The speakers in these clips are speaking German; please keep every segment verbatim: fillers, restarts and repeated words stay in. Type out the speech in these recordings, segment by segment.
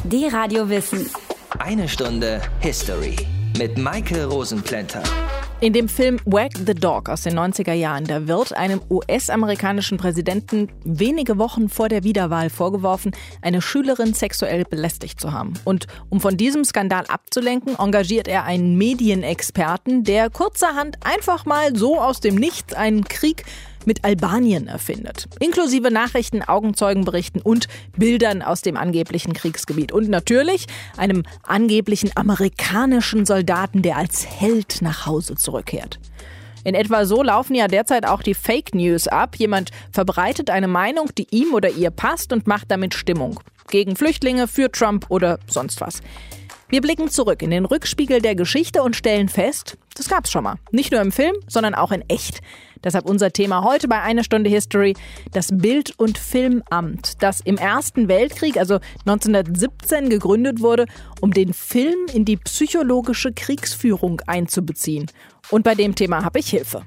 D-Radio Wissen. Eine Stunde History mit Maike Rosenplanter. In dem Film Wag the Dog aus den neunziger Jahren, da wird einem U S-amerikanischen Präsidenten wenige Wochen vor der Wiederwahl vorgeworfen, eine Schülerin sexuell belästigt zu haben. Und um von diesem Skandal abzulenken, engagiert er einen Medienexperten, der kurzerhand einfach mal so aus dem Nichts einen Krieg mit Albanien erfindet. Inklusive Nachrichten, Augenzeugenberichten und Bildern aus dem angeblichen Kriegsgebiet. Und natürlich einem angeblichen amerikanischen Soldaten, der als Held nach Hause zurückkehrt. In etwa so laufen ja derzeit auch die Fake News ab. Jemand verbreitet eine Meinung, die ihm oder ihr passt und macht damit Stimmung. Gegen Flüchtlinge, für Trump oder sonst was. Wir blicken zurück in den Rückspiegel der Geschichte und stellen fest, das gab's schon mal. Nicht nur im Film, sondern auch in echt. Deshalb unser Thema heute bei Eine Stunde History, das Bild- und Filmamt, das im Ersten Weltkrieg, also neunzehnhundertsiebzehn, gegründet wurde, um den Film in die psychologische Kriegsführung einzubeziehen. Und bei dem Thema habe ich Hilfe.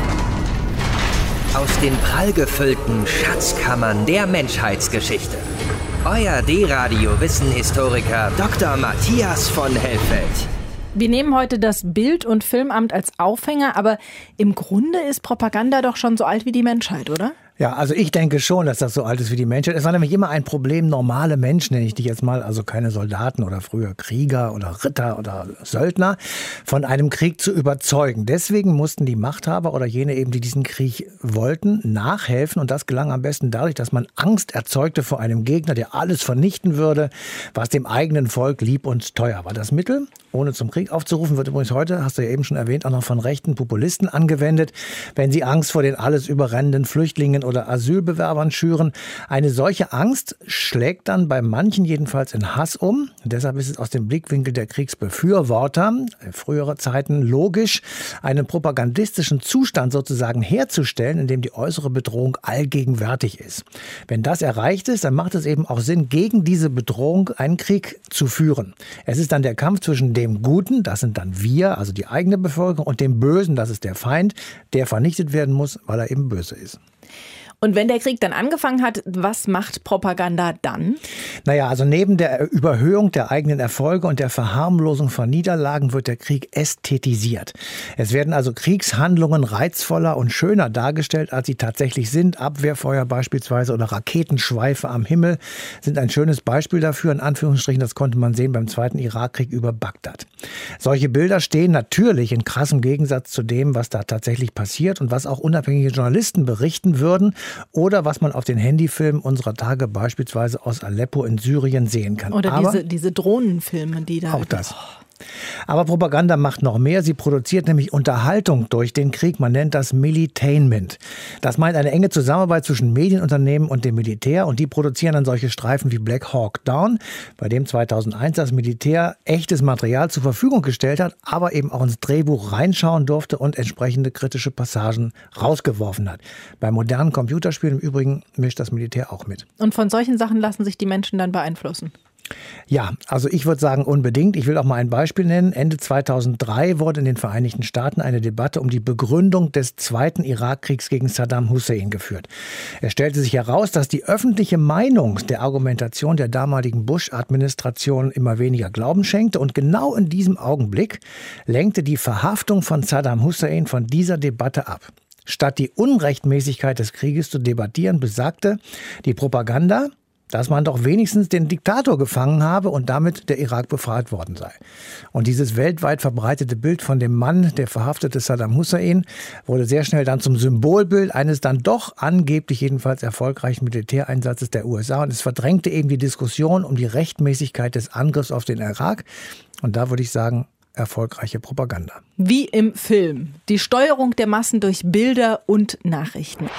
Aus den prallgefüllten Schatzkammern der Menschheitsgeschichte. Euer D-Radio-Wissen-Historiker Doktor Matthias von Helfeld. Wir nehmen heute das Bild- und Filmamt als Aufhänger, aber im Grunde ist Propaganda doch schon so alt wie die Menschheit, oder? Ja, also ich denke schon, dass das so alt ist wie die Menschheit. Es war nämlich immer ein Problem, normale Menschen, nenne ich dich jetzt mal, also keine Soldaten oder früher Krieger oder Ritter oder Söldner, von einem Krieg zu überzeugen. Deswegen mussten die Machthaber oder jene eben, die diesen Krieg wollten, nachhelfen. Und das gelang am besten dadurch, dass man Angst erzeugte vor einem Gegner, der alles vernichten würde, was dem eigenen Volk lieb und teuer war. Das Mittel, ohne zum Krieg aufzurufen, wird übrigens heute, hast du ja eben schon erwähnt, auch noch von rechten Populisten angewendet, wenn sie Angst vor den alles überrennenden Flüchtlingen oder Asylbewerbern schüren. Eine solche Angst schlägt dann bei manchen jedenfalls in Hass um. Und deshalb ist es aus dem Blickwinkel der Kriegsbefürworter, früherer Zeiten, logisch, einen propagandistischen Zustand sozusagen herzustellen, in dem die äußere Bedrohung allgegenwärtig ist. Wenn das erreicht ist, dann macht es eben auch Sinn, gegen diese Bedrohung einen Krieg zu führen. Es ist dann der Kampf zwischen dem Guten, das sind dann wir, also die eigene Bevölkerung, und dem Bösen, das ist der Feind, der vernichtet werden muss, weil er eben böse ist. Und wenn der Krieg dann angefangen hat, was macht Propaganda dann? Naja, also neben der Überhöhung der eigenen Erfolge und der Verharmlosung von Niederlagen wird der Krieg ästhetisiert. Es werden also Kriegshandlungen reizvoller und schöner dargestellt, als sie tatsächlich sind. Abwehrfeuer beispielsweise oder Raketenschweife am Himmel sind ein schönes Beispiel dafür. In Anführungsstrichen, das konnte man sehen beim Zweiten Irakkrieg über Bagdad. Solche Bilder stehen natürlich in krassem Gegensatz zu dem, was da tatsächlich passiert und was auch unabhängige Journalisten berichten würden. Oder was man auf den Handyfilmen unserer Tage beispielsweise aus Aleppo in Syrien sehen kann. Oder Aber diese, diese Drohnenfilme, die da... Auch das. Aber Propaganda macht noch mehr. Sie produziert nämlich Unterhaltung durch den Krieg. Man nennt das Militainment. Das meint eine enge Zusammenarbeit zwischen Medienunternehmen und dem Militär. Und die produzieren dann solche Streifen wie Black Hawk Down, bei dem zweitausendeins das Militär echtes Material zur Verfügung gestellt hat, aber eben auch ins Drehbuch reinschauen durfte und entsprechende kritische Passagen rausgeworfen hat. Bei modernen Computerspielen im Übrigen mischt das Militär auch mit. Und von solchen Sachen lassen sich die Menschen dann beeinflussen? Ja, also ich würde sagen unbedingt. Ich will auch mal ein Beispiel nennen. Ende zweitausenddrei wurde in den Vereinigten Staaten eine Debatte um die Begründung des Zweiten Irakkriegs gegen Saddam Hussein geführt. Es stellte sich heraus, dass die öffentliche Meinung der Argumentation der damaligen Bush-Administration immer weniger Glauben schenkte. Und genau in diesem Augenblick lenkte die Verhaftung von Saddam Hussein von dieser Debatte ab. Statt die Unrechtmäßigkeit des Krieges zu debattieren, besagte die Propaganda, dass man doch wenigstens den Diktator gefangen habe und damit der Irak befreit worden sei. Und dieses weltweit verbreitete Bild von dem Mann, der verhaftete Saddam Hussein, wurde sehr schnell dann zum Symbolbild eines dann doch angeblich jedenfalls erfolgreichen Militäreinsatzes der U S A. Und es verdrängte eben die Diskussion um die Rechtmäßigkeit des Angriffs auf den Irak. Und da würde ich sagen, erfolgreiche Propaganda. Wie im Film. Die Steuerung der Massen durch Bilder und Nachrichten.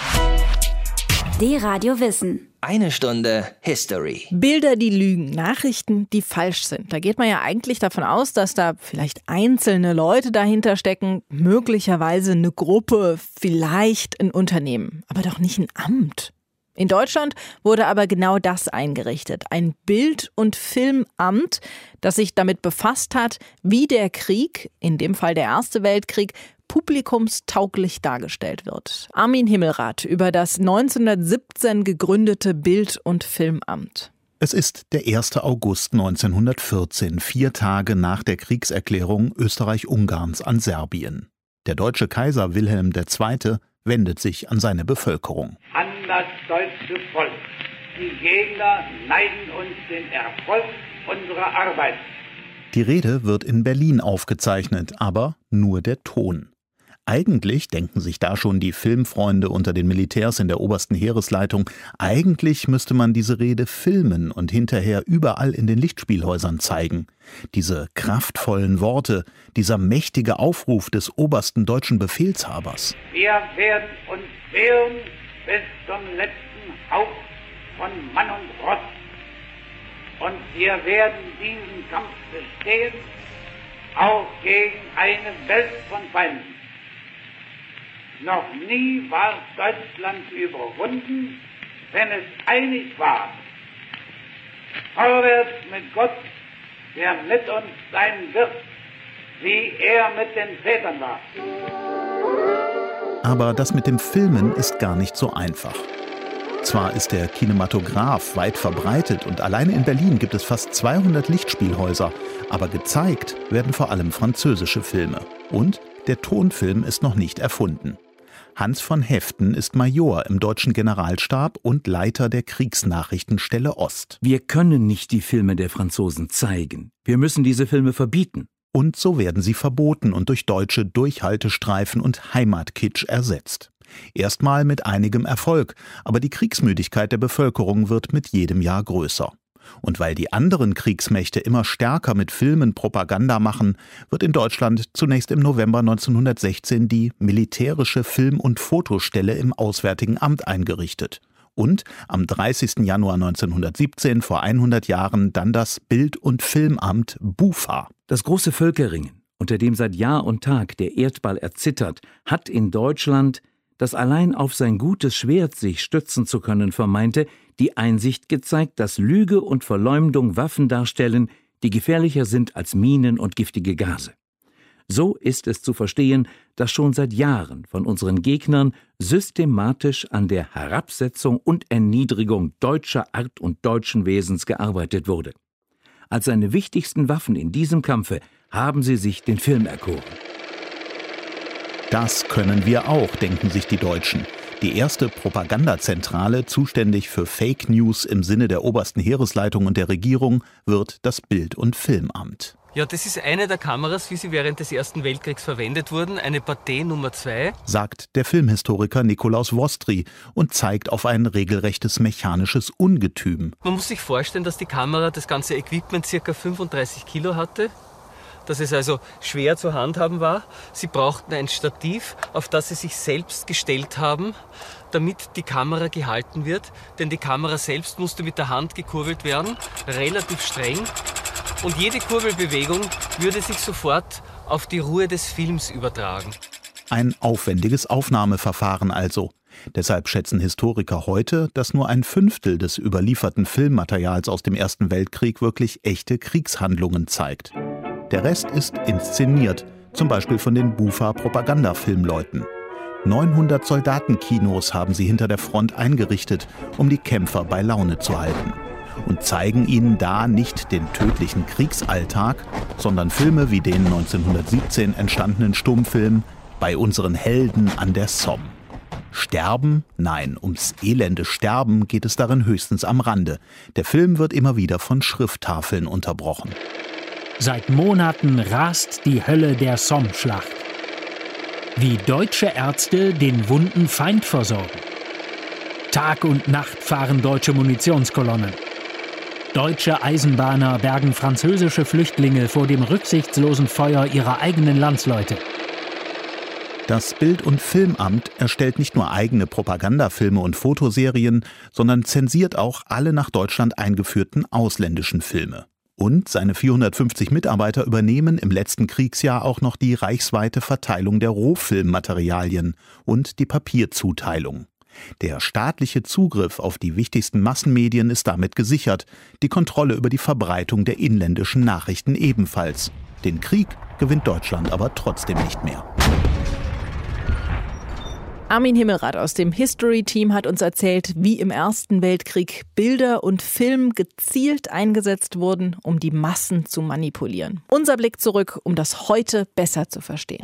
D-Radio Wissen. Eine Stunde History. Bilder, die lügen, Nachrichten, die falsch sind. Da geht man ja eigentlich davon aus, dass da vielleicht einzelne Leute dahinter stecken, möglicherweise eine Gruppe, vielleicht ein Unternehmen, aber doch nicht ein Amt. In Deutschland wurde aber genau das eingerichtet. Ein Bild- und Filmamt, das sich damit befasst hat, wie der Krieg, in dem Fall der Erste Weltkrieg, publikumstauglich dargestellt wird. Armin Himmelrath über das neunzehnhundertsiebzehn gegründete Bild- und Filmamt. Es ist der erste August neunzehnhundertvierzehn, vier Tage nach der Kriegserklärung Österreich-Ungarns an Serbien. Der deutsche Kaiser Wilhelm der Zweite wendet sich an seine Bevölkerung. An das deutsche Volk. Die Gegner neiden uns den Erfolg unserer Arbeit. Die Rede wird in Berlin aufgezeichnet, aber nur der Ton. Eigentlich, denken sich da schon die Filmfreunde unter den Militärs in der obersten Heeresleitung, eigentlich müsste man diese Rede filmen und hinterher überall in den Lichtspielhäusern zeigen. Diese kraftvollen Worte, dieser mächtige Aufruf des obersten deutschen Befehlshabers. Wir werden uns wehren bis zum letzten Hauch von Mann und Ross. Und wir werden diesen Kampf bestehen, auch gegen eine Welt von Feinden. Noch nie war Deutschland überwunden, wenn es einig war. Vorwärts mit Gott, der mit uns sein wird, wie er mit den Vätern war. Aber das mit dem Filmen ist gar nicht so einfach. Zwar ist der Kinematograph weit verbreitet und allein in Berlin gibt es fast zweihundert Lichtspielhäuser, aber gezeigt werden vor allem französische Filme. Und der Tonfilm ist noch nicht erfunden. Hans von Heften ist Major im deutschen Generalstab und Leiter der Kriegsnachrichtenstelle Ost. Wir können nicht die Filme der Franzosen zeigen. Wir müssen diese Filme verbieten. Und so werden sie verboten und durch deutsche Durchhaltestreifen und Heimatkitsch ersetzt. Erstmal mit einigem Erfolg, aber die Kriegsmüdigkeit der Bevölkerung wird mit jedem Jahr größer. Und weil die anderen Kriegsmächte immer stärker mit Filmen Propaganda machen, wird in Deutschland zunächst im November neunzehnhundertsechzehn die militärische Film- und Fotostelle im Auswärtigen Amt eingerichtet. Und am dreißigsten Januar neunzehnhundertsiebzehn, vor hundert Jahren, dann das Bild- und Filmamt BUFA. Das große Völkerringen, unter dem seit Jahr und Tag der Erdball erzittert, hat in Deutschland, das allein auf sein gutes Schwert sich stützen zu können vermeinte, die Einsicht gezeigt, dass Lüge und Verleumdung Waffen darstellen, die gefährlicher sind als Minen und giftige Gase. So ist es zu verstehen, dass schon seit Jahren von unseren Gegnern systematisch an der Herabsetzung und Erniedrigung deutscher Art und deutschen Wesens gearbeitet wurde. Als seine wichtigsten Waffen in diesem Kampfe haben sie sich den Film erkoren. Das können wir auch, denken sich die Deutschen. Die erste Propagandazentrale, zuständig für Fake News im Sinne der obersten Heeresleitung und der Regierung, wird das Bild- und Filmamt. Ja, das ist eine der Kameras, wie sie während des Ersten Weltkriegs verwendet wurden, eine Pathé Nummer zwei, sagt der Filmhistoriker Nikolaus Wostry und zeigt auf ein regelrechtes mechanisches Ungetüm. Man muss sich vorstellen, dass die Kamera das ganze Equipment ca. fünfunddreißig Kilo hatte. Dass es also schwer zu handhaben war. Sie brauchten ein Stativ, auf das sie sich selbst gestellt haben, damit die Kamera gehalten wird. Denn die Kamera selbst musste mit der Hand gekurbelt werden, relativ streng. Und jede Kurbelbewegung würde sich sofort auf die Ruhe des Films übertragen. Ein aufwendiges Aufnahmeverfahren also. Deshalb schätzen Historiker heute, dass nur ein Fünftel des überlieferten Filmmaterials aus dem Ersten Weltkrieg wirklich echte Kriegshandlungen zeigt. Der Rest ist inszeniert, zum Beispiel von den BUFA-Propagandafilmleuten. neunhundert Soldatenkinos haben sie hinter der Front eingerichtet, um die Kämpfer bei Laune zu halten. Und zeigen ihnen da nicht den tödlichen Kriegsalltag, sondern Filme wie den neunzehnhundertsiebzehn entstandenen Stummfilm »Bei unseren Helden an der Somme«. Sterben? Nein, ums elende Sterben geht es darin höchstens am Rande. Der Film wird immer wieder von Schrifttafeln unterbrochen. Seit Monaten rast die Hölle der Somme-Schlacht. Wie deutsche Ärzte den wunden Feind versorgen. Tag und Nacht fahren deutsche Munitionskolonnen. Deutsche Eisenbahner bergen französische Flüchtlinge vor dem rücksichtslosen Feuer ihrer eigenen Landsleute. Das Bild- und Filmamt erstellt nicht nur eigene Propagandafilme und Fotoserien, sondern zensiert auch alle nach Deutschland eingeführten ausländischen Filme. Und seine vierhundertfünfzig Mitarbeiter übernehmen im letzten Kriegsjahr auch noch die reichsweite Verteilung der Rohfilmmaterialien und die Papierzuteilung. Der staatliche Zugriff auf die wichtigsten Massenmedien ist damit gesichert, die Kontrolle über die Verbreitung der inländischen Nachrichten ebenfalls. Den Krieg gewinnt Deutschland aber trotzdem nicht mehr. Armin Himmelrath aus dem History-Team hat uns erzählt, wie im Ersten Weltkrieg Bilder und Film gezielt eingesetzt wurden, um die Massen zu manipulieren. Unser Blick zurück, um das heute besser zu verstehen.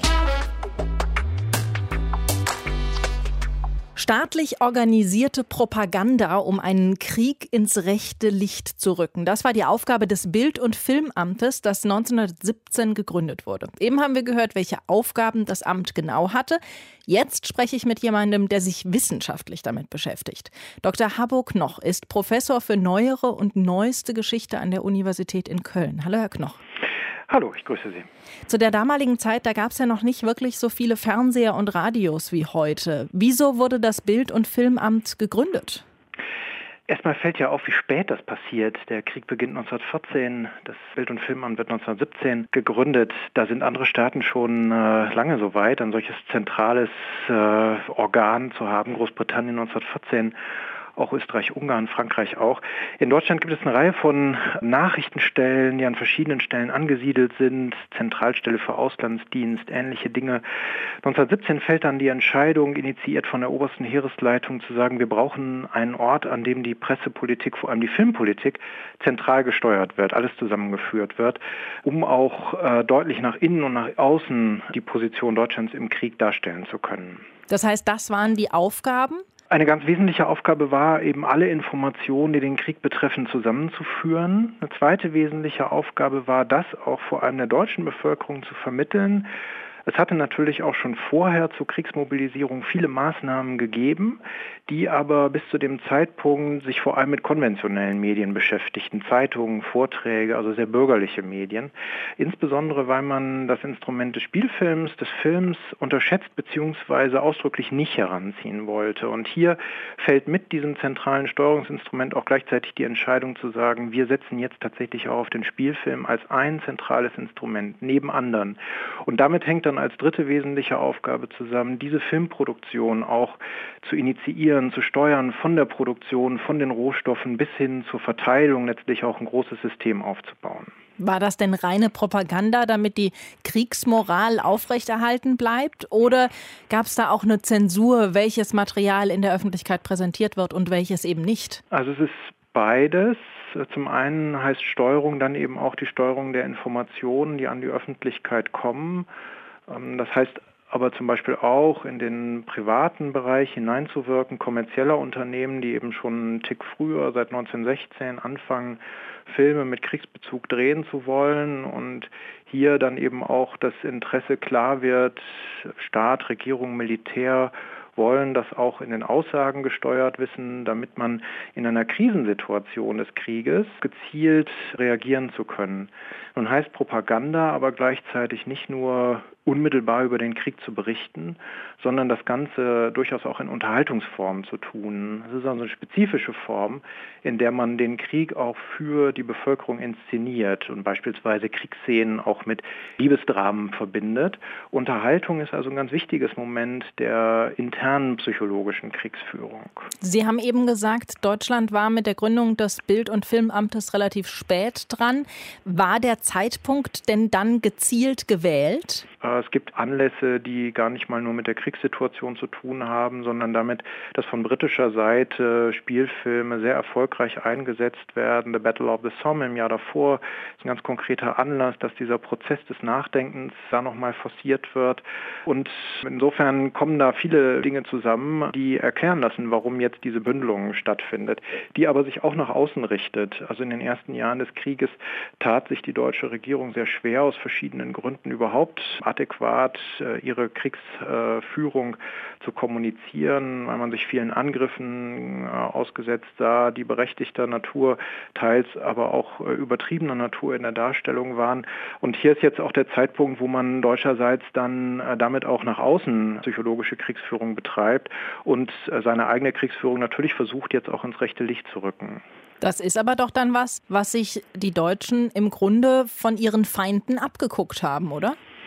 Staatlich organisierte Propaganda, um einen Krieg ins rechte Licht zu rücken. Das war die Aufgabe des Bild- und Filmamtes, das neunzehnhundertsiebzehn gegründet wurde. Eben haben wir gehört, welche Aufgaben das Amt genau hatte. Jetzt spreche ich mit jemandem, der sich wissenschaftlich damit beschäftigt. Doktor Habbo Knoch ist Professor für neuere und neueste Geschichte an der Universität in Köln. Hallo, Herr Knoch. Hallo, ich grüße Sie. Zu der damaligen Zeit, da gab es ja noch nicht wirklich so viele Fernseher und Radios wie heute. Wieso wurde das Bild- und Filmamt gegründet? Erstmal fällt ja auf, wie spät das passiert. Der Krieg beginnt neunzehnhundertvierzehn, das Bild- und Filmamt wird neunzehnhundertsiebzehn gegründet. Da sind andere Staaten schon äh, lange so weit, ein solches zentrales äh, Organ zu haben. Großbritannien neunzehnhundertvierzehn. Auch Österreich, Ungarn, Frankreich auch. In Deutschland gibt es eine Reihe von Nachrichtenstellen, die an verschiedenen Stellen angesiedelt sind. Zentralstelle für Auslandsdienst, ähnliche Dinge. neunzehnhundertsiebzehn fällt dann die Entscheidung, initiiert von der obersten Heeresleitung, zu sagen, wir brauchen einen Ort, an dem die Pressepolitik, vor allem die Filmpolitik, zentral gesteuert wird, alles zusammengeführt wird, um auch äh, deutlich nach innen und nach außen die Position Deutschlands im Krieg darstellen zu können. Das heißt, das waren die Aufgaben? Eine ganz wesentliche Aufgabe war, eben alle Informationen, die den Krieg betreffen, zusammenzuführen. Eine zweite wesentliche Aufgabe war, das auch vor allem der deutschen Bevölkerung zu vermitteln. Es hatte natürlich auch schon vorher zur Kriegsmobilisierung viele Maßnahmen gegeben, die aber bis zu dem Zeitpunkt sich vor allem mit konventionellen Medien beschäftigten, Zeitungen, Vorträge, also sehr bürgerliche Medien. Insbesondere, weil man das Instrument des Spielfilms, des Films unterschätzt bzw. ausdrücklich nicht heranziehen wollte. Und hier fällt mit diesem zentralen Steuerungsinstrument auch gleichzeitig die Entscheidung zu sagen, wir setzen jetzt tatsächlich auch auf den Spielfilm als ein zentrales Instrument neben anderen. Und damit hängt dann als dritte wesentliche Aufgabe zusammen, diese Filmproduktion auch zu initiieren, zu steuern, von der Produktion, von den Rohstoffen bis hin zur Verteilung, letztlich auch ein großes System aufzubauen. War das denn reine Propaganda, damit die Kriegsmoral aufrechterhalten bleibt? Oder gab es da auch eine Zensur, welches Material in der Öffentlichkeit präsentiert wird und welches eben nicht? Also es ist beides. Zum einen heißt Steuerung dann eben auch die Steuerung der Informationen, die an die Öffentlichkeit kommen. Das heißt aber zum Beispiel auch in den privaten Bereich hineinzuwirken, kommerzieller Unternehmen, die eben schon einen Tick früher, seit neunzehnhundertsechzehn, anfangen, Filme mit Kriegsbezug drehen zu wollen und hier dann eben auch das Interesse klar wird, Staat, Regierung, Militär wollen das auch in den Aussagen gesteuert wissen, damit man in einer Krisensituation des Krieges gezielt reagieren zu können. Nun heißt Propaganda aber gleichzeitig nicht nur unmittelbar über den Krieg zu berichten, sondern das Ganze durchaus auch in Unterhaltungsformen zu tun. Es ist also eine spezifische Form, in der man den Krieg auch für die Bevölkerung inszeniert und beispielsweise Kriegsszenen auch mit Liebesdramen verbindet. Unterhaltung ist also ein ganz wichtiges Moment der internen psychologischen Kriegsführung. Sie haben eben gesagt, Deutschland war mit der Gründung des Bild- und Filmamtes relativ spät dran. War der Zeitpunkt denn dann gezielt gewählt? Es gibt Anlässe, die gar nicht mal nur mit der Kriegssituation zu tun haben, sondern damit, dass von britischer Seite Spielfilme sehr erfolgreich eingesetzt werden. The Battle of the Somme im Jahr davor ist ein ganz konkreter Anlass, dass dieser Prozess des Nachdenkens da nochmal forciert wird. Und insofern kommen da viele Dinge zusammen, die erklären lassen, warum jetzt diese Bündelung stattfindet, die aber sich auch nach außen richtet. Also in den ersten Jahren des Krieges tat sich die deutsche Regierung sehr schwer, aus verschiedenen Gründen überhaupt adäquat äh, ihre Kriegsführung äh, zu kommunizieren, weil man sich vielen Angriffen äh, ausgesetzt sah, die berechtigter Natur, teils aber auch äh, übertriebener Natur in der Darstellung waren. Und hier ist jetzt auch der Zeitpunkt, wo man deutscherseits dann äh, damit auch nach außen psychologische Kriegsführung betreibt und äh, seine eigene Kriegsführung natürlich versucht, jetzt auch ins rechte Licht zu rücken. Das ist aber doch dann was, was sich die Deutschen im Grunde von ihren Feinden abgeguckt haben, oder?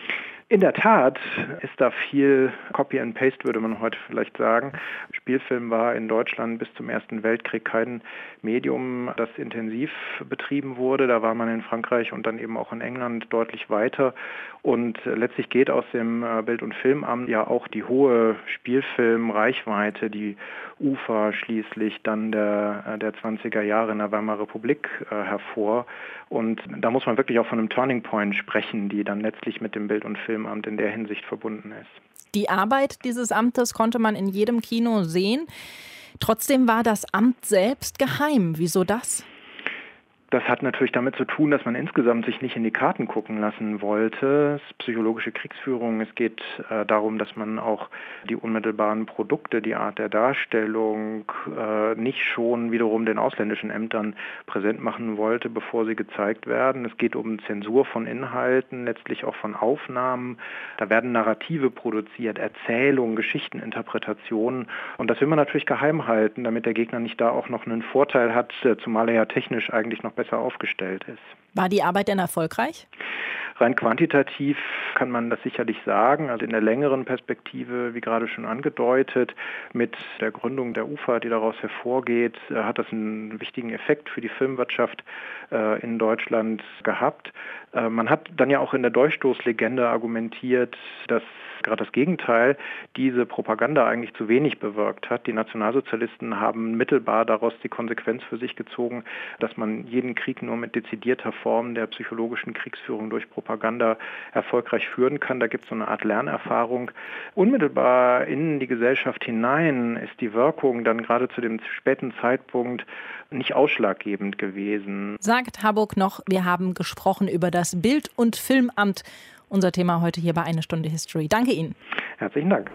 In der Tat ist da viel Copy and Paste, würde man heute vielleicht sagen. Spielfilm war in Deutschland bis zum Ersten Weltkrieg kein Medium, das intensiv betrieben wurde. Da war man in Frankreich und dann eben auch in England deutlich weiter. Und letztlich geht aus dem Bild- und Filmamt ja auch die hohe Spielfilmreichweite, die U F A schließlich dann der, der zwanziger Jahre in der Weimarer Republik äh, hervor. Und da muss man wirklich auch von einem Turning Point sprechen, die dann letztlich mit dem Bild- und Filmamt in der Hinsicht verbunden ist. Die Arbeit dieses Amtes konnte man in jedem Kino sehen. Trotzdem war das Amt selbst geheim. Wieso das? Das hat natürlich damit zu tun, dass man insgesamt sich nicht in die Karten gucken lassen wollte. Es ist psychologische Kriegsführung. Es geht äh, darum, dass man auch die unmittelbaren Produkte, die Art der Darstellung äh, nicht schon wiederum den ausländischen Ämtern präsent machen wollte, bevor sie gezeigt werden. Es geht um Zensur von Inhalten, letztlich auch von Aufnahmen. Da werden Narrative produziert, Erzählungen, Geschichteninterpretationen. Und das will man natürlich geheim halten, damit der Gegner nicht da auch noch einen Vorteil hat, zumal er ja technisch eigentlich noch besser aufgestellt ist. War die Arbeit denn erfolgreich? Rein quantitativ kann man das sicherlich sagen. Also in der längeren Perspektive, wie gerade schon angedeutet, mit der Gründung der U F A, die daraus hervorgeht, hat das einen wichtigen Effekt für die Filmwirtschaft äh, in Deutschland gehabt. Äh, man hat dann ja auch in der Dolchstoßlegende argumentiert, dass gerade das Gegenteil, diese Propaganda eigentlich zu wenig bewirkt hat. Die Nationalsozialisten haben mittelbar daraus die Konsequenz für sich gezogen, dass man jeden Krieg nur mit dezidierter Form der psychologischen Kriegsführung durch Propaganda erfolgreich führen kann. Da gibt es so eine Art Lernerfahrung. Unmittelbar in die Gesellschaft hinein ist die Wirkung dann gerade zu dem späten Zeitpunkt nicht ausschlaggebend gewesen. Sagt Harburg noch, wir haben gesprochen über das Bild- und Filmamt. Unser Thema heute hier bei Eine Stunde History. Danke Ihnen. Herzlichen Dank.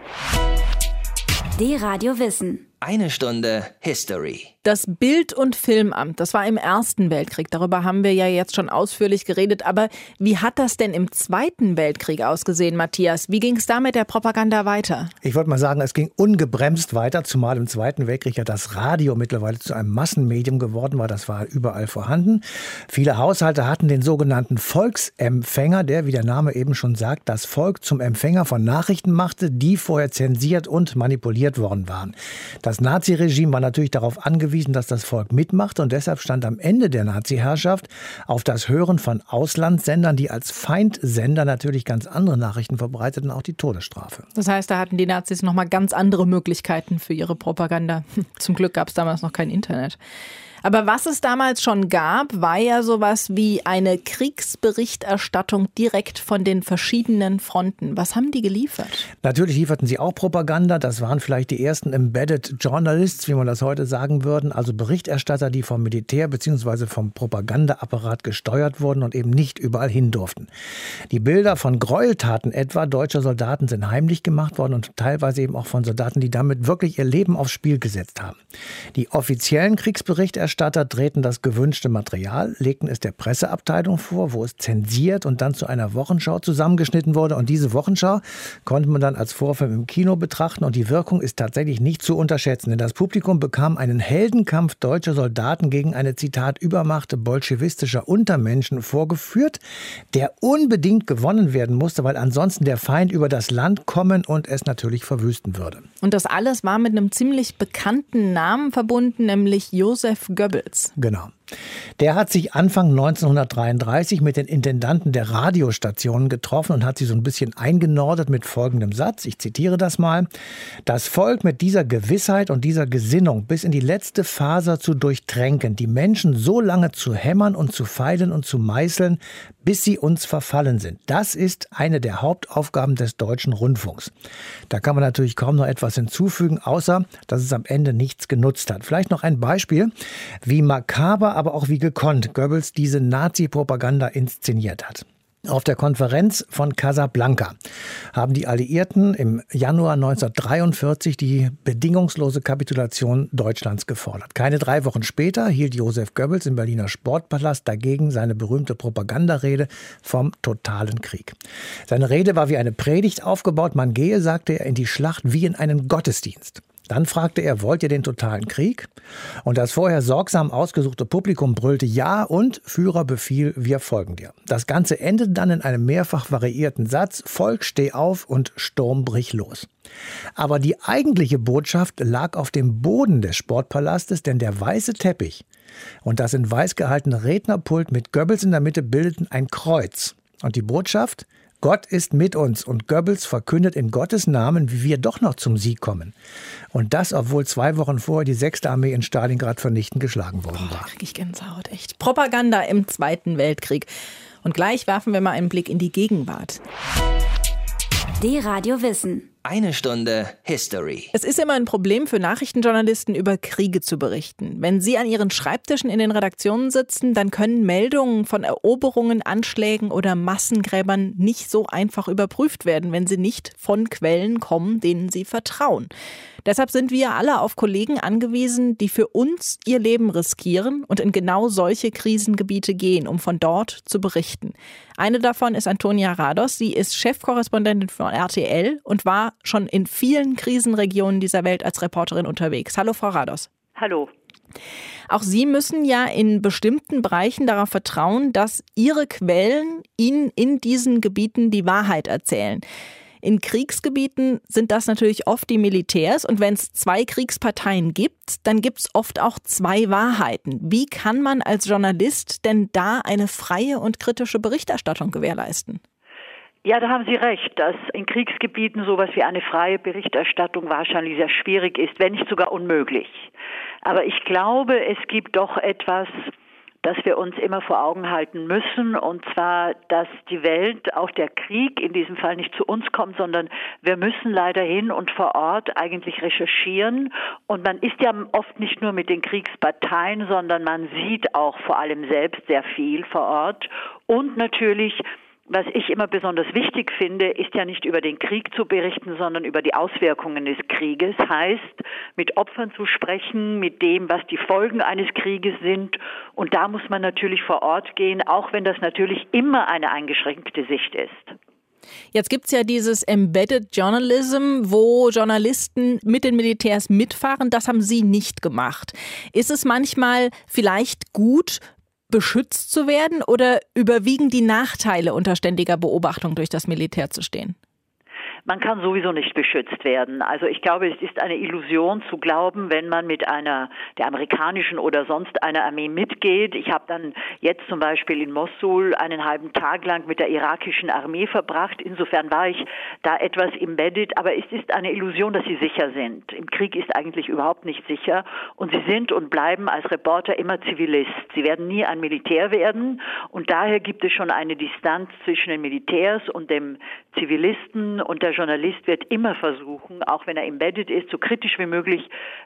D-Radio Wissen. Eine Stunde History. Das Bild- und Filmamt, das war im Ersten Weltkrieg. Darüber haben wir ja jetzt schon ausführlich geredet. Aber wie hat das denn im Zweiten Weltkrieg ausgesehen, Matthias? Wie ging es da mit der Propaganda weiter? Ich wollte mal sagen, es ging ungebremst weiter, zumal im Zweiten Weltkrieg ja das Radio mittlerweile zu einem Massenmedium geworden war. Das war überall vorhanden. Viele Haushalte hatten den sogenannten Volksempfänger, der, wie der Name eben schon sagt, das Volk zum Empfänger von Nachrichten machte, die vorher zensiert und manipuliert worden waren. Das Naziregime war natürlich darauf angewiesen, dass das Volk mitmachte und deshalb stand am Ende der Nazi-Herrschaft auf das Hören von Auslandssendern, die als Feindsender natürlich ganz andere Nachrichten verbreiteten, auch die Todesstrafe. Das heißt, da hatten die Nazis noch mal ganz andere Möglichkeiten für ihre Propaganda. Zum Glück gab es damals noch kein Internet. Aber was es damals schon gab, war ja sowas wie eine Kriegsberichterstattung direkt von den verschiedenen Fronten. Was haben die geliefert? Natürlich lieferten sie auch Propaganda. Das waren vielleicht die ersten Embedded Journalists, wie man das heute sagen würde. Also Berichterstatter, die vom Militär bzw. vom Propagandaapparat gesteuert wurden und eben nicht überall hin durften. Die Bilder von Gräueltaten etwa deutscher Soldaten sind heimlich gemacht worden und teilweise eben auch von Soldaten, die damit wirklich ihr Leben aufs Spiel gesetzt haben. Die offiziellen Kriegsberichterstatter drehten das gewünschte Material, legten es der Presseabteilung vor, wo es zensiert und dann zu einer Wochenschau zusammengeschnitten wurde. Und diese Wochenschau konnte man dann als Vorfilm im Kino betrachten. Und die Wirkung ist tatsächlich nicht zu unterschätzen. Denn das Publikum bekam einen Heldenkampf deutscher Soldaten gegen eine, Zitat, Übermacht bolschewistischer Untermenschen vorgeführt, der unbedingt gewonnen werden musste, weil ansonsten der Feind über das Land kommen und es natürlich verwüsten würde. Und das alles war mit einem ziemlich bekannten Namen verbunden, nämlich Josef Goebbels. Genau. Der hat sich Anfang neunzehnhundertdreiunddreißig mit den Intendanten der Radiostationen getroffen und hat sie so ein bisschen eingenordet mit folgendem Satz. Ich zitiere das mal. Das Volk mit dieser Gewissheit und dieser Gesinnung bis in die letzte Faser zu durchtränken, die Menschen so lange zu hämmern und zu feilen und zu meißeln, bis sie uns verfallen sind. Das ist eine der Hauptaufgaben des deutschen Rundfunks. Da kann man natürlich kaum noch etwas hinzufügen, außer dass es am Ende nichts genutzt hat. Vielleicht noch ein Beispiel, wie makaber, aber auch wie gekonnt Goebbels diese Nazi-Propaganda inszeniert hat. Auf der Konferenz von Casablanca haben die Alliierten im Januar neunzehnhundertdreiundvierzig die bedingungslose Kapitulation Deutschlands gefordert. Keine drei Wochen später hielt Josef Goebbels im Berliner Sportpalast dagegen seine berühmte Propagandarede vom totalen Krieg. Seine Rede war wie eine Predigt aufgebaut. Man gehe, sagte er, in die Schlacht wie in einen Gottesdienst. Dann fragte er, wollt ihr den totalen Krieg? Und das vorher sorgsam ausgesuchte Publikum brüllte ja und Führer befiel, wir folgen dir. Das Ganze endete dann in einem mehrfach variierten Satz, Volk, steh auf und Sturm brich los. Aber die eigentliche Botschaft lag auf dem Boden des Sportpalastes, denn der weiße Teppich und das in weiß gehaltene Rednerpult mit Goebbels in der Mitte bildeten ein Kreuz. Und die Botschaft? Gott ist mit uns und Goebbels verkündet in Gottes Namen, wie wir doch noch zum Sieg kommen. Und das, obwohl zwei Wochen vorher die sechste Armee in Stalingrad vernichtend geschlagen worden war. Boah, krieg ich Gänsehaut, echt. Propaganda im Zweiten Weltkrieg. Und gleich werfen wir mal einen Blick in die Gegenwart. D-Radio Wissen. Eine Stunde History. Es ist immer ein Problem für Nachrichtenjournalisten, über Kriege zu berichten. Wenn sie an ihren Schreibtischen in den Redaktionen sitzen, dann können Meldungen von Eroberungen, Anschlägen oder Massengräbern nicht so einfach überprüft werden, wenn sie nicht von Quellen kommen, denen sie vertrauen. Deshalb sind wir alle auf Kollegen angewiesen, die für uns ihr Leben riskieren und in genau solche Krisengebiete gehen, um von dort zu berichten. Eine davon ist Antonia Rados. Sie ist Chefkorrespondentin von R T L und war schon in vielen Krisenregionen dieser Welt als Reporterin unterwegs. Hallo, Frau Rados. Hallo. Auch Sie müssen ja in bestimmten Bereichen darauf vertrauen, dass Ihre Quellen Ihnen in diesen Gebieten die Wahrheit erzählen. In Kriegsgebieten sind das natürlich oft die Militärs und wenn es zwei Kriegsparteien gibt, dann gibt es oft auch zwei Wahrheiten. Wie kann man als Journalist denn da eine freie und kritische Berichterstattung gewährleisten? Ja, da haben Sie recht, dass in Kriegsgebieten sowas wie eine freie Berichterstattung wahrscheinlich sehr schwierig ist, wenn nicht sogar unmöglich. Aber ich glaube, es gibt doch etwas, das wir uns immer vor Augen halten müssen, und zwar, dass die Welt, auch der Krieg in diesem Fall nicht zu uns kommt, sondern wir müssen leider hin und vor Ort eigentlich recherchieren. Und man ist ja oft nicht nur mit den Kriegsparteien, sondern man sieht auch vor allem selbst sehr viel vor Ort. Und natürlich, was ich immer besonders wichtig finde, ist ja nicht über den Krieg zu berichten, sondern über die Auswirkungen des Krieges. Heißt, mit Opfern zu sprechen, mit dem, was die Folgen eines Krieges sind. Und da muss man natürlich vor Ort gehen, auch wenn das natürlich immer eine eingeschränkte Sicht ist. Jetzt gibt es ja dieses Embedded Journalism, wo Journalisten mit den Militärs mitfahren. Das haben Sie nicht gemacht. Ist es manchmal vielleicht gut, beschützt zu werden oder überwiegen die Nachteile, unter ständiger Beobachtung durch das Militär zu stehen? Man kann sowieso nicht beschützt werden. Also ich glaube, es ist eine Illusion zu glauben, wenn man mit einer der amerikanischen oder sonst einer Armee mitgeht. Ich habe dann jetzt zum Beispiel in Mosul einen halben Tag lang mit der irakischen Armee verbracht. Insofern war ich da etwas embedded, aber es ist eine Illusion, dass sie sicher sind. Im Krieg ist eigentlich überhaupt nicht sicher und sie sind und bleiben als Reporter immer Zivilist. Sie werden nie ein Militär werden und daher gibt es schon eine Distanz zwischen den Militärs und dem Zivilisten, und der Journalist wird immer versuchen, auch wenn er embedded ist, so kritisch wie möglich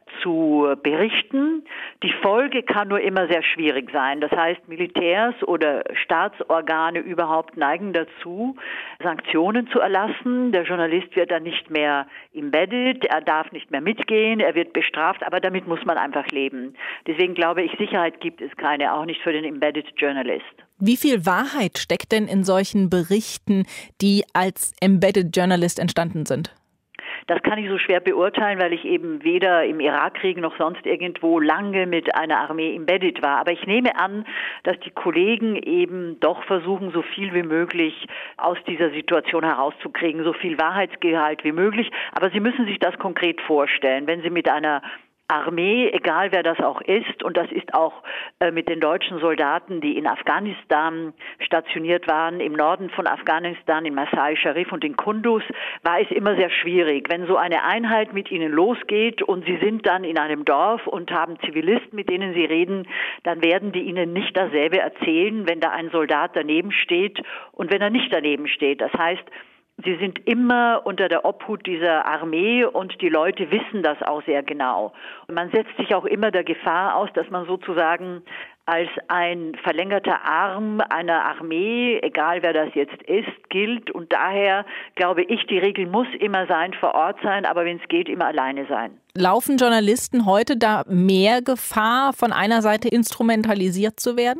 zu berichten. Die Folge kann nur immer sehr schwierig sein. Das heißt, Militärs oder Staatsorgane überhaupt neigen dazu, Sanktionen zu erlassen. Der Journalist wird dann nicht mehr embedded, er darf nicht mehr mitgehen, er wird bestraft, aber damit muss man einfach leben. Deswegen glaube ich, Sicherheit gibt es keine, auch nicht für den Embedded Journalist. Wie viel Wahrheit steckt denn in solchen Berichten, die als Embedded Journalist entstanden sind? Das kann ich so schwer beurteilen, weil ich eben weder im Irakkrieg noch sonst irgendwo lange mit einer Armee embedded war. Aber ich nehme an, dass die Kollegen eben doch versuchen, so viel wie möglich aus dieser Situation herauszukriegen, so viel Wahrheitsgehalt wie möglich. Aber Sie müssen sich das konkret vorstellen, wenn Sie mit einer Armee, egal wer das auch ist, und das ist auch äh, mit den deutschen Soldaten, die in Afghanistan stationiert waren, im Norden von Afghanistan, in Masai Sharif und in Kunduz, war es immer sehr schwierig. Wenn so eine Einheit mit ihnen losgeht und sie sind dann in einem Dorf und haben Zivilisten, mit denen sie reden, dann werden die ihnen nicht dasselbe erzählen, wenn da ein Soldat daneben steht und wenn er nicht daneben steht. Das heißt, sie sind immer unter der Obhut dieser Armee und die Leute wissen das auch sehr genau. Und man setzt sich auch immer der Gefahr aus, dass man sozusagen als ein verlängerter Arm einer Armee, egal wer das jetzt ist, gilt. Und daher glaube ich, die Regel muss immer sein, vor Ort sein, aber wenn es geht, immer alleine sein. Laufen Journalisten heute da mehr Gefahr, von einer Seite instrumentalisiert zu werden?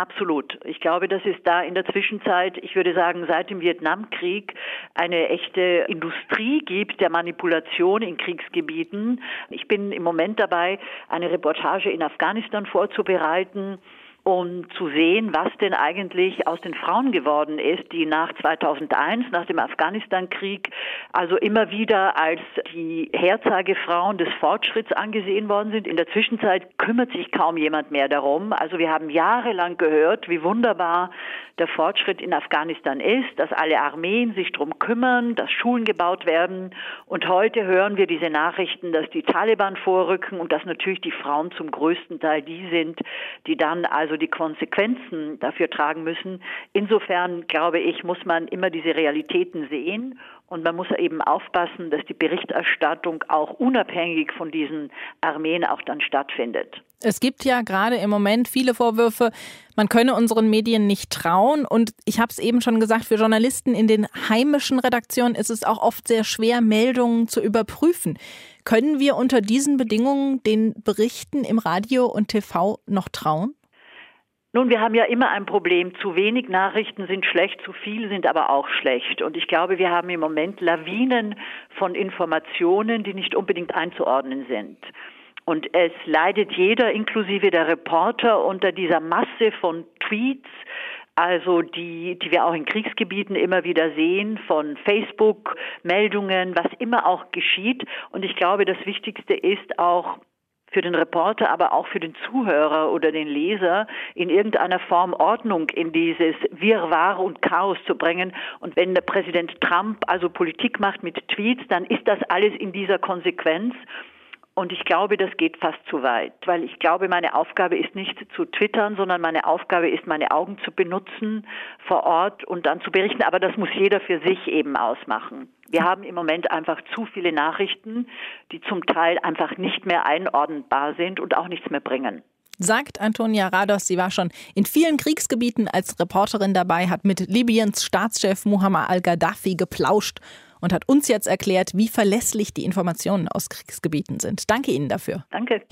Absolut. Ich glaube, dass es da in der Zwischenzeit, ich würde sagen, seit dem Vietnamkrieg eine echte Industrie gibt der Manipulation in Kriegsgebieten. Ich bin im Moment dabei, eine Reportage in Afghanistan vorzubereiten, um zu sehen, was denn eigentlich aus den Frauen geworden ist, die nach zweitausendeins, nach dem Afghanistan-Krieg, also immer wieder als die Herzeigefrauen des Fortschritts angesehen worden sind. In der Zwischenzeit kümmert sich kaum jemand mehr darum. Also wir haben jahrelang gehört, wie wunderbar der Fortschritt in Afghanistan ist, dass alle Armeen sich darum kümmern, dass Schulen gebaut werden. Und heute hören wir diese Nachrichten, dass die Taliban vorrücken und dass natürlich die Frauen zum größten Teil die sind, die dann also die Konsequenzen dafür tragen müssen. Insofern, glaube ich, muss man immer diese Realitäten sehen und man muss eben aufpassen, dass die Berichterstattung auch unabhängig von diesen Armeen auch dann stattfindet. Es gibt ja gerade im Moment viele Vorwürfe, man könne unseren Medien nicht trauen. Und ich habe es eben schon gesagt, für Journalisten in den heimischen Redaktionen ist es auch oft sehr schwer, Meldungen zu überprüfen. Können wir unter diesen Bedingungen den Berichten im Radio und T V noch trauen? Nun, wir haben ja immer ein Problem. Zu wenig Nachrichten sind schlecht, zu viel sind aber auch schlecht. Und ich glaube, wir haben im Moment Lawinen von Informationen, die nicht unbedingt einzuordnen sind. Und es leidet jeder, inklusive der Reporter, unter dieser Masse von Tweets, also die, die wir auch in Kriegsgebieten immer wieder sehen, von Facebook, Meldungen, was immer auch geschieht. Und ich glaube, das Wichtigste ist auch, für den Reporter, aber auch für den Zuhörer oder den Leser in irgendeiner Form Ordnung in dieses Wirrwarr und Chaos zu bringen. Und wenn der Präsident Trump also Politik macht mit Tweets, dann ist das alles in dieser Konsequenz. Und ich glaube, das geht fast zu weit, weil ich glaube, meine Aufgabe ist nicht zu twittern, sondern meine Aufgabe ist, meine Augen zu benutzen vor Ort und dann zu berichten. Aber das muss jeder für sich eben ausmachen. Wir haben im Moment einfach zu viele Nachrichten, die zum Teil einfach nicht mehr einordnbar sind und auch nichts mehr bringen. Sagt Antonia Rados, sie war schon in vielen Kriegsgebieten als Reporterin dabei, hat mit Libyens Staatschef Muammar al-Gaddafi geplauscht und hat uns jetzt erklärt, wie verlässlich die Informationen aus Kriegsgebieten sind. Danke Ihnen dafür. Danke.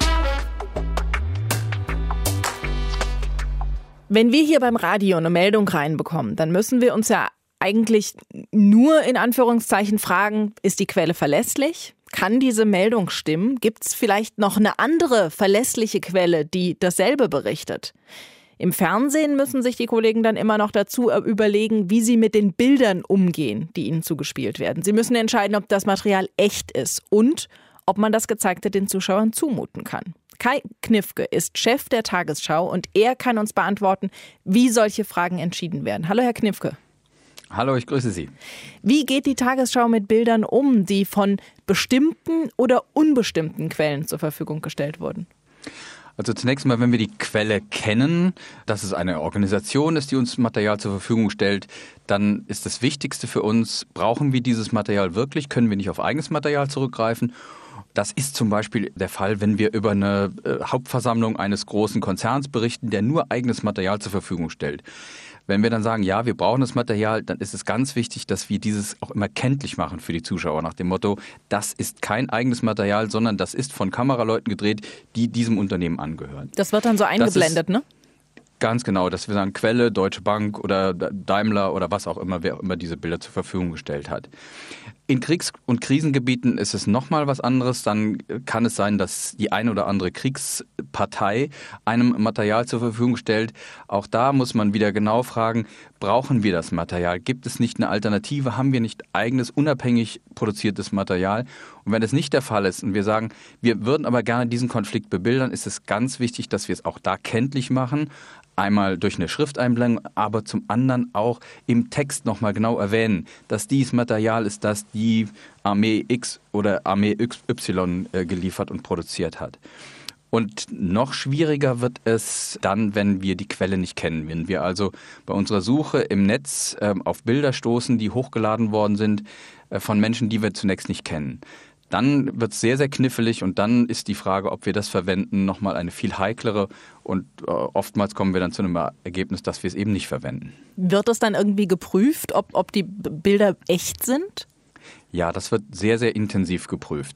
Wenn wir hier beim Radio eine Meldung reinbekommen, dann müssen wir uns ja eigentlich nur in Anführungszeichen fragen, ist die Quelle verlässlich? Kann diese Meldung stimmen? Gibt es vielleicht noch eine andere verlässliche Quelle, die dasselbe berichtet? Im Fernsehen müssen sich die Kollegen dann immer noch dazu überlegen, wie sie mit den Bildern umgehen, die ihnen zugespielt werden. Sie müssen entscheiden, ob das Material echt ist und ob man das Gezeigte den Zuschauern zumuten kann. Kai Knifke ist Chef der Tagesschau und er kann uns beantworten, wie solche Fragen entschieden werden. Hallo, Herr Knifke. Hallo, ich grüße Sie. Wie geht die Tagesschau mit Bildern um, die von bestimmten oder unbestimmten Quellen zur Verfügung gestellt wurden? Also zunächst mal, wenn wir die Quelle kennen, dass es eine Organisation ist, die uns Material zur Verfügung stellt, dann ist das Wichtigste für uns, brauchen wir dieses Material wirklich, können wir nicht auf eigenes Material zurückgreifen? Das ist zum Beispiel der Fall, wenn wir über eine äh, Hauptversammlung eines großen Konzerns berichten, der nur eigenes Material zur Verfügung stellt. Wenn wir dann sagen, ja, wir brauchen das Material, dann ist es ganz wichtig, dass wir dieses auch immer kenntlich machen für die Zuschauer. Nach dem Motto, das ist kein eigenes Material, sondern das ist von Kameraleuten gedreht, die diesem Unternehmen angehören. Das wird dann so eingeblendet, ne? Ganz genau, dass wir sagen, Quelle, Deutsche Bank oder Daimler oder was auch immer, wer auch immer diese Bilder zur Verfügung gestellt hat. In Kriegs- und Krisengebieten ist es nochmal was anderes. Dann kann es sein, dass die eine oder andere Kriegspartei einem Material zur Verfügung stellt. Auch da muss man wieder genau fragen, brauchen wir das Material? Gibt es nicht eine Alternative? Haben wir nicht eigenes, unabhängig produziertes Material? Und wenn es nicht der Fall ist und wir sagen, wir würden aber gerne diesen Konflikt bebildern, ist es ganz wichtig, dass wir es auch da kenntlich machen. Einmal durch eine Schrifteinblendung, aber zum anderen auch im Text nochmal genau erwähnen, dass dieses Material ist, das die Armee X oder Armee X Y äh, geliefert und produziert hat. Und noch schwieriger wird es dann, wenn wir die Quelle nicht kennen. Wenn wir also bei unserer Suche im Netz äh, auf Bilder stoßen, die hochgeladen worden sind äh, von Menschen, die wir zunächst nicht kennen. Dann wird es sehr, sehr knifflig und dann ist die Frage, ob wir das verwenden, nochmal eine viel heiklere und äh, oftmals kommen wir dann zu einem Ergebnis, dass wir es eben nicht verwenden. Wird das dann irgendwie geprüft, ob, ob die Bilder echt sind? Ja, das wird sehr, sehr intensiv geprüft.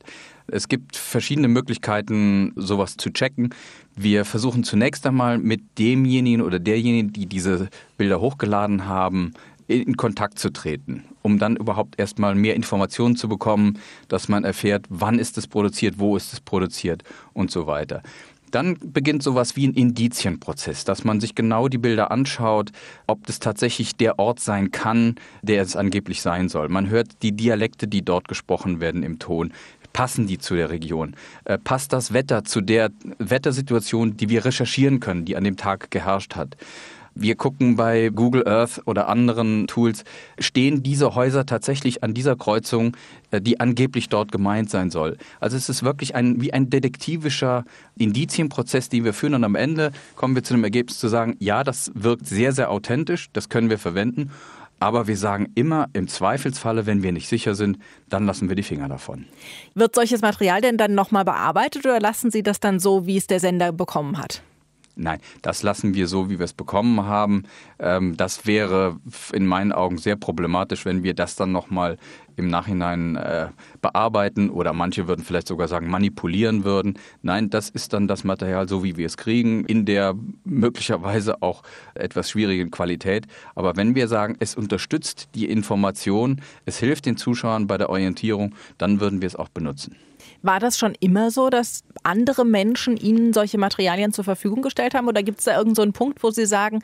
Es gibt verschiedene Möglichkeiten, sowas zu checken. Wir versuchen zunächst einmal mit demjenigen oder derjenigen, die diese Bilder hochgeladen haben, in Kontakt zu treten, um dann überhaupt erstmal mehr Informationen zu bekommen, dass man erfährt, wann ist es produziert, wo ist es produziert und so weiter. Dann beginnt sowas wie ein Indizienprozess, dass man sich genau die Bilder anschaut, ob das tatsächlich der Ort sein kann, der es angeblich sein soll. Man hört die Dialekte, die dort gesprochen werden im Ton. Passen die zu der Region? Äh, passt das Wetter zu der Wettersituation, die wir recherchieren können, die an dem Tag geherrscht hat? Wir gucken bei Google Earth oder anderen Tools, stehen diese Häuser tatsächlich an dieser Kreuzung, die angeblich dort gemeint sein soll. Also es ist wirklich ein, wie ein detektivischer Indizienprozess, den wir führen. Und am Ende kommen wir zu dem Ergebnis zu sagen, ja, das wirkt sehr, sehr authentisch, das können wir verwenden. Aber wir sagen immer, im Zweifelsfalle, wenn wir nicht sicher sind, dann lassen wir die Finger davon. Wird solches Material denn dann nochmal bearbeitet oder lassen Sie das dann so, wie es der Sender bekommen hat? Nein, das lassen wir so, wie wir es bekommen haben. Das wäre in meinen Augen sehr problematisch, wenn wir das dann nochmal im Nachhinein äh, bearbeiten oder manche würden vielleicht sogar sagen, manipulieren würden. Nein, das ist dann das Material, so wie wir es kriegen, in der möglicherweise auch etwas schwierigen Qualität. Aber wenn wir sagen, es unterstützt die Information, es hilft den Zuschauern bei der Orientierung, dann würden wir es auch benutzen. War das schon immer so, dass andere Menschen Ihnen solche Materialien zur Verfügung gestellt haben? Oder gibt es da irgend so einen Punkt, wo Sie sagen,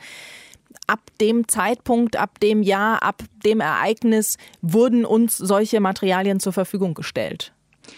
ab dem Zeitpunkt, ab dem Jahr, ab dem Ereignis wurden uns solche Materialien zur Verfügung gestellt?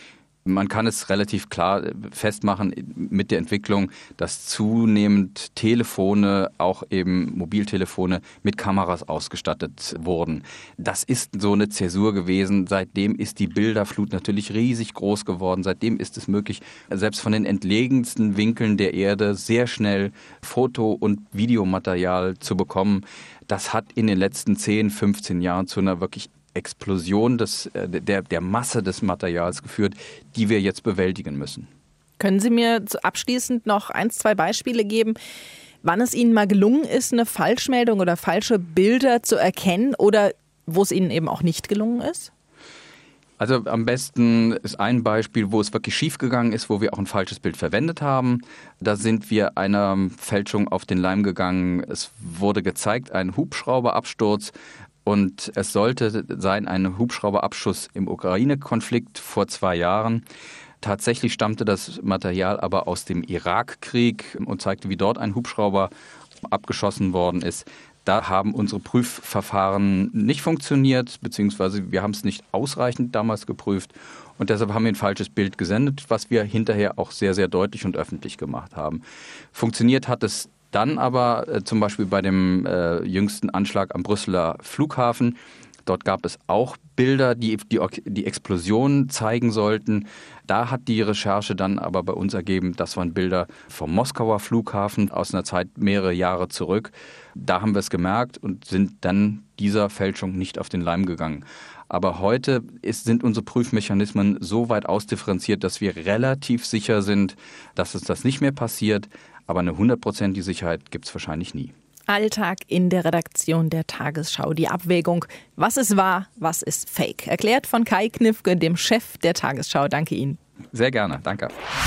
Man kann es relativ klar festmachen mit der Entwicklung, dass zunehmend Telefone, auch eben Mobiltelefone, mit Kameras ausgestattet wurden. Das ist so eine Zäsur gewesen. Seitdem ist die Bilderflut natürlich riesig groß geworden. Seitdem ist es möglich, selbst von den entlegensten Winkeln der Erde sehr schnell Foto- und Videomaterial zu bekommen. Das hat in den letzten zehn, fünfzehn Jahren zu einer wirklich Explosion des, der, der Masse des Materials geführt, die wir jetzt bewältigen müssen. Können Sie mir abschließend noch ein, zwei Beispiele geben, wann es Ihnen mal gelungen ist, eine Falschmeldung oder falsche Bilder zu erkennen oder wo es Ihnen eben auch nicht gelungen ist? Also am besten ist ein Beispiel, wo es wirklich schiefgegangen ist, wo wir auch ein falsches Bild verwendet haben. Da sind wir einer Fälschung auf den Leim gegangen. Es wurde gezeigt, ein Hubschrauberabsturz. Und es sollte sein, ein Hubschrauberabschuss im Ukraine-Konflikt vor zwei Jahren. Tatsächlich stammte das Material aber aus dem Irakkrieg und zeigte, wie dort ein Hubschrauber abgeschossen worden ist. Da haben unsere Prüfverfahren nicht funktioniert, beziehungsweise wir haben es nicht ausreichend damals geprüft. Und deshalb haben wir ein falsches Bild gesendet, was wir hinterher auch sehr, sehr deutlich und öffentlich gemacht haben. Funktioniert hat es dann aber äh, zum Beispiel bei dem äh, jüngsten Anschlag am Brüsseler Flughafen. Dort gab es auch Bilder, die, die die Explosion zeigen sollten. Da hat die Recherche dann aber bei uns ergeben, das waren Bilder vom Moskauer Flughafen aus einer Zeit mehrere Jahre zurück. Da haben wir es gemerkt und sind dann dieser Fälschung nicht auf den Leim gegangen. Aber heute ist, sind unsere Prüfmechanismen so weit ausdifferenziert, dass wir relativ sicher sind, dass uns das nicht mehr passiert. Aber eine hundertprozentige Sicherheit gibt es wahrscheinlich nie. Alltag in der Redaktion der Tagesschau. Die Abwägung, was ist wahr, was ist fake. Erklärt von Kai Knifke, dem Chef der Tagesschau. Danke Ihnen. Sehr gerne, danke.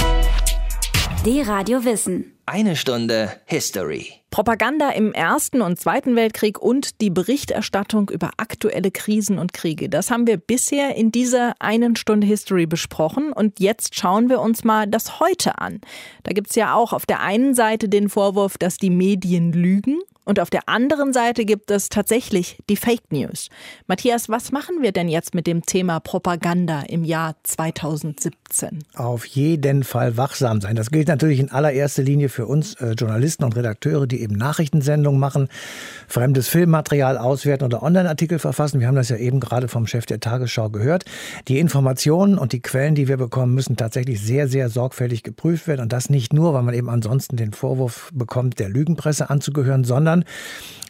D-Radio Wissen. Eine Stunde History. Propaganda im Ersten und Zweiten Weltkrieg und die Berichterstattung über aktuelle Krisen und Kriege. Das haben wir bisher in dieser einen Stunde History besprochen. Und jetzt schauen wir uns mal das Heute an. Da gibt es ja auch auf der einen Seite den Vorwurf, dass die Medien lügen. Und auf der anderen Seite gibt es tatsächlich die Fake News. Matthias, was machen wir denn jetzt mit dem Thema Propaganda im Jahr zweitausendsiebzehn? Auf jeden Fall wachsam sein. Das gilt natürlich in allererster Linie für uns äh, Journalisten und Redakteure, die eben Nachrichtensendungen machen, fremdes Filmmaterial auswerten oder Online-Artikel verfassen. Wir haben das ja eben gerade vom Chef der Tagesschau gehört. Die Informationen und die Quellen, die wir bekommen, müssen tatsächlich sehr, sehr sorgfältig geprüft werden. Und das nicht nur, weil man eben ansonsten den Vorwurf bekommt, der Lügenpresse anzugehören, sondern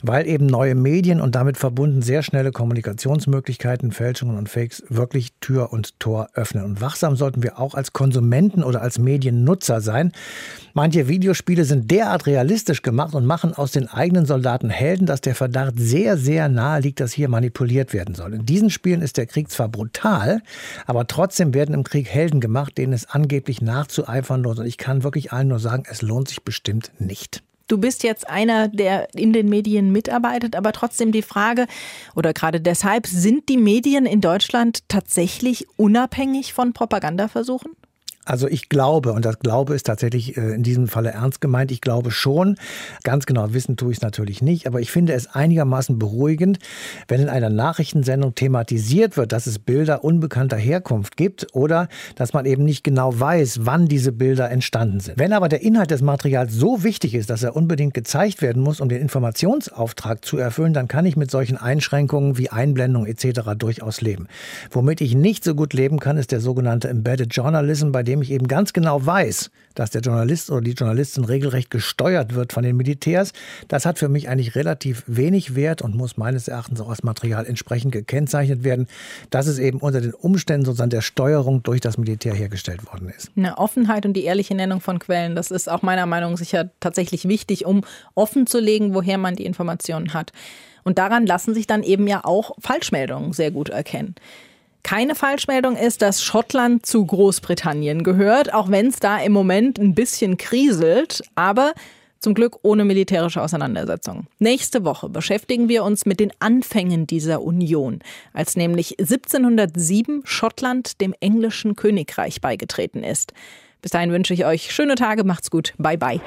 weil eben neue Medien und damit verbunden sehr schnelle Kommunikationsmöglichkeiten, Fälschungen und Fakes wirklich Tür und Tor öffnen. Und wachsam sollten wir auch als Konsumenten oder als Mediennutzer sein. Manche Videospiele sind derart realistisch gemacht und machen aus den eigenen Soldaten Helden, dass der Verdacht sehr, sehr nahe liegt, dass hier manipuliert werden soll. In diesen Spielen ist der Krieg zwar brutal, aber trotzdem werden im Krieg Helden gemacht, denen es angeblich nachzueifern lohnt. Und ich kann wirklich allen nur sagen, es lohnt sich bestimmt nicht. Du bist jetzt einer, der in den Medien mitarbeitet, aber trotzdem die Frage, oder gerade deshalb, sind die Medien in Deutschland tatsächlich unabhängig von Propagandaversuchen? Also ich glaube, und das Glaube ist tatsächlich in diesem Falle ernst gemeint, ich glaube schon, ganz genau wissen tue ich es natürlich nicht, aber ich finde es einigermaßen beruhigend, wenn in einer Nachrichtensendung thematisiert wird, dass es Bilder unbekannter Herkunft gibt oder dass man eben nicht genau weiß, wann diese Bilder entstanden sind. Wenn aber der Inhalt des Materials so wichtig ist, dass er unbedingt gezeigt werden muss, um den Informationsauftrag zu erfüllen, dann kann ich mit solchen Einschränkungen wie Einblendung et cetera durchaus leben. Womit ich nicht so gut leben kann, ist der sogenannte Embedded Journalism, bei dem ich eben ganz genau weiß, dass der Journalist oder die Journalistin regelrecht gesteuert wird von den Militärs. Das hat für mich eigentlich relativ wenig Wert und muss meines Erachtens auch als Material entsprechend gekennzeichnet werden, dass es eben unter den Umständen sozusagen der Steuerung durch das Militär hergestellt worden ist. Eine Offenheit und die ehrliche Nennung von Quellen, das ist auch meiner Meinung nach sicher tatsächlich wichtig, um offen zu legen, woher man die Informationen hat. Und daran lassen sich dann eben ja auch Falschmeldungen sehr gut erkennen. Keine Falschmeldung ist, dass Schottland zu Großbritannien gehört, auch wenn es da im Moment ein bisschen kriselt, aber zum Glück ohne militärische Auseinandersetzung. Nächste Woche beschäftigen wir uns mit den Anfängen dieser Union, als nämlich siebzehnhundertsieben Schottland dem englischen Königreich beigetreten ist. Bis dahin wünsche ich euch schöne Tage, macht's gut, bye bye.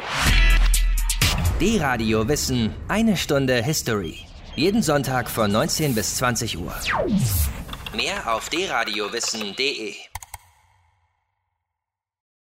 D-Radio Wissen, eine Stunde History. Jeden Sonntag von neunzehn bis zwanzig Uhr. Mehr auf d radio wissen punkt de.